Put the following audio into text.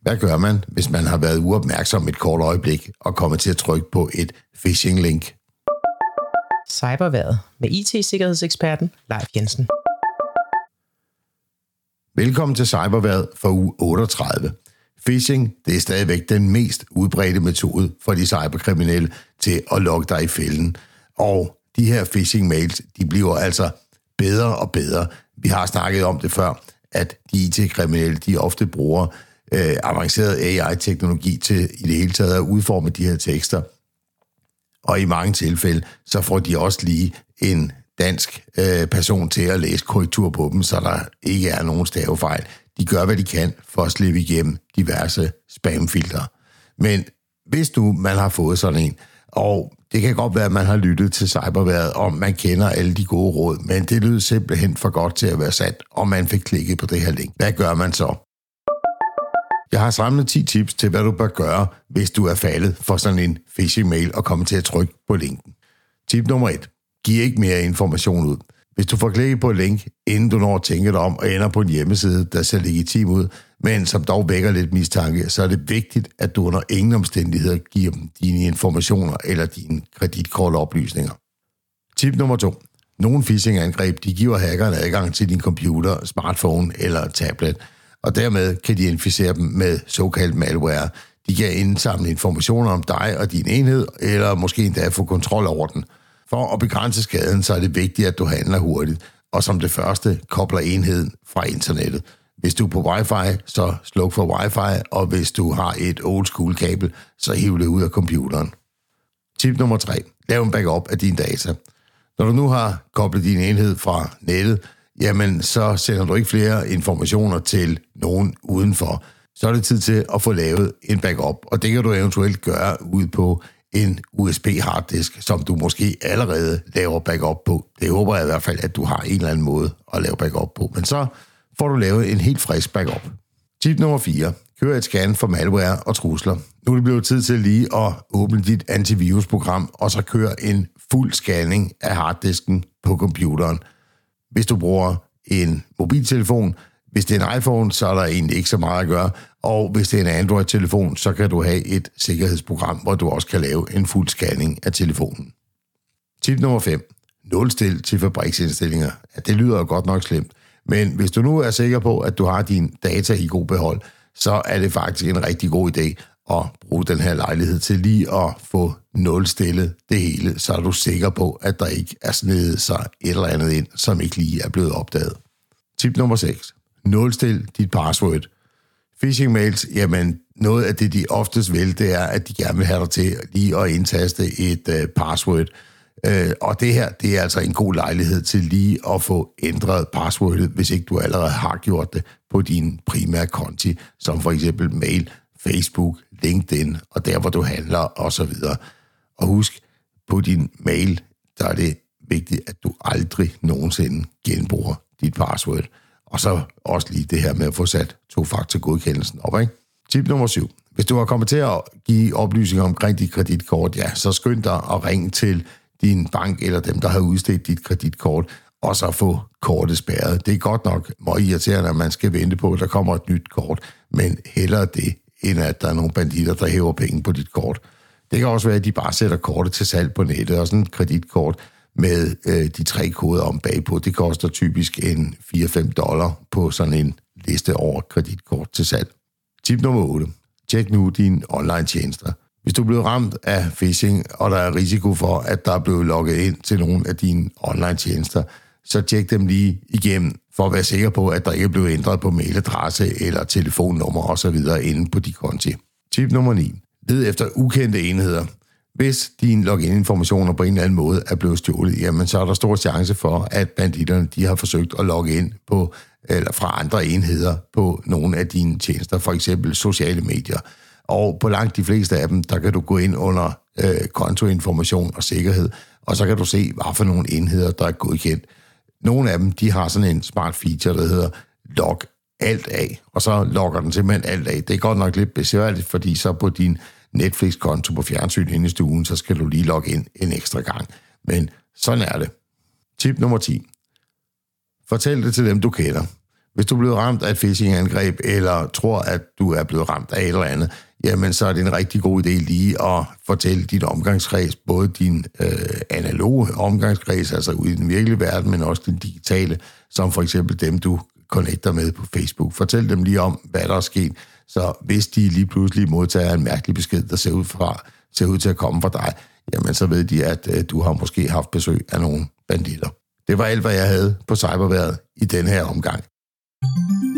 Hvad gør man, hvis man har været uopmærksom et kort øjeblik og kommet til at trykke på et phishing-link? Cyberværet med IT-sikkerhedseksperten Leif Jensen. Velkommen til Cyberværet for uge 38. Phishing, det er stadigvæk den mest udbredte metode for de cyberkriminelle til at lokke dig i fælden. Og de her phishing-mails, de bliver altså bedre og bedre. Vi har snakket om det før, at de IT-kriminelle, de ofte bruger avanceret AI-teknologi til i det hele taget at udforme de her tekster. Og i mange tilfælde, så får de også lige en dansk person til at læse korrektur på dem, så der ikke er nogen stavefejl. De gør, hvad de kan for at slippe igennem diverse spamfiltre. Men hvis man har fået sådan en, og det kan godt være, at man har lyttet til Cyberværet, og man kender alle de gode råd, men det lyder simpelthen for godt til at være sandt, og man fik klikket på det her link. Hvad gør man så? Jeg har samlet 10 tips til, hvad du bør gøre, hvis du er faldet for sådan en phishing-mail og kommer til at trykke på linken. Tip nummer 1. Giv ikke mere information ud. Hvis du får klikket på et link, inden du når at tænke dig om og ender på en hjemmeside, der ser legitim ud, men som dog vækker lidt mistanke, så er det vigtigt, at du under ingen omstændigheder giver dem dine informationer eller dine kreditkortoplysninger. Tip nummer 2. Nogle phishing-angreb, de giver hackerne adgang til din computer, smartphone eller tablet, og dermed kan de inficere dem med såkaldt malware. De kan indsamle informationer om dig og din enhed, eller måske endda få kontrol over den. For at begrænse skaden, så er det vigtigt, at du handler hurtigt, og som det første kobler enheden fra internettet. Hvis du er på wifi, så sluk for wifi, og hvis du har et old school kabel, så hiv det ud af computeren. Tip nummer 3. Lav en backup af dine data. Når du nu har koblet din enhed fra nettet, jamen så sender du ikke flere informationer til nogen udenfor. Så er det tid til at få lavet en backup, og det kan du eventuelt gøre ud på en USB-harddisk, som du måske allerede laver backup på. Det håber jeg i hvert fald, at du har en eller anden måde at lave backup på. Men så får du lavet en helt frisk backup. Tip nummer 4. Kør et scan for malware og trusler. Nu er det blevet tid til lige at åbne dit antivirusprogram, og så køre en fuld scanning af harddisken på computeren. Hvis du bruger en mobiltelefon, hvis det er en iPhone, så er der egentlig ikke så meget at gøre. Og hvis det er en Android-telefon, så kan du have et sikkerhedsprogram, hvor du også kan lave en fuld scanning af telefonen. Tip nummer 5. Nulstil til fabriksindstillinger. Ja, det lyder jo godt nok slemt. Men hvis du nu er sikker på, at du har dine data i god behold, så er det faktisk en rigtig god idé at bruge den her lejlighed til lige at få nulstillet det hele, så er du sikker på, at der ikke er snedet sig et eller andet ind, som ikke lige er blevet opdaget. Tip nummer 6. Nulstil dit password. Phishing-mails, jamen noget af det, de oftest vil, det er, at de gerne vil have dig til lige at indtaste et password. Og det her, det er altså en god lejlighed til lige at få ændret passwordet, hvis ikke du allerede har gjort det på din primære konti, som for eksempel mail, Facebook, LinkedIn og der, hvor du handler osv. Og husk, på din mail, der er det vigtigt, at du aldrig nogensinde genbruger dit password. Og så også lige det her med at få sat to-faktor-godkendelsen op, ikke? Tip nummer 7. Hvis du har kommet til at give oplysninger omkring dit kreditkort, ja, så skynd dig at ringe til din bank eller dem, der har udstedt dit kreditkort, og så få kortet spærret. Det er godt nok meget irriterende, at man skal vente på, at der kommer et nyt kort, men hellere det, end at der er nogle banditter, der hæver penge på dit kort. Det kan også være, at de bare sætter kortet til salg på nettet, og sådan et kreditkort med de 3 koder om bagpå, det koster typisk en $4-5 på sådan en liste over kreditkort til salg. Tip nummer 8. Tjek nu dine online-tjenester. Hvis du er blevet ramt af phishing, og der er risiko for, at der er blevet logget ind til nogle af dine online-tjenester, så tjek dem lige igennem, for at være sikker på, at der ikke er blevet ændret på mailadresse eller telefonnummer osv. inde på de konti. Tip nummer 9. Led efter ukendte enheder. Hvis dine login-informationer på en eller anden måde er blevet stjålet, jamen så er der stor chance for, at banditterne de har forsøgt at logge ind på, eller fra andre enheder på nogle af dine tjenester, for eksempel sociale medier. Og på langt de fleste af dem, der kan du gå ind under kontoinformation og sikkerhed, og så kan du se, hvad for nogle enheder, der er godkendt. Nogle af dem, de har sådan en smart feature, der hedder log alt af, og så logger den simpelthen alt af. Det er godt nok lidt besværligt, fordi så på din Netflix-konto på fjernsyn inde i stuen, så skal du lige logge ind en ekstra gang. Men sådan er det. Tip nummer 10. Fortæl det til dem, du kender. Hvis du er blevet ramt af et phishing-angreb, eller tror, at du er blevet ramt af et eller andet, jamen så er det en rigtig god idé lige at fortælle dit omgangskreds, både din analoge omgangskreds, altså ude i den virkelige verden, men også den digitale, som for eksempel dem, du connecter med på Facebook. Fortæl dem lige om, hvad der er sket, så hvis de lige pludselig modtager en mærkelig besked, der ser ud til at komme fra dig, jamen så ved de, at du har måske haft besøg af nogle banditter. Det var alt, hvad jeg havde på cyberværet i denne her omgang.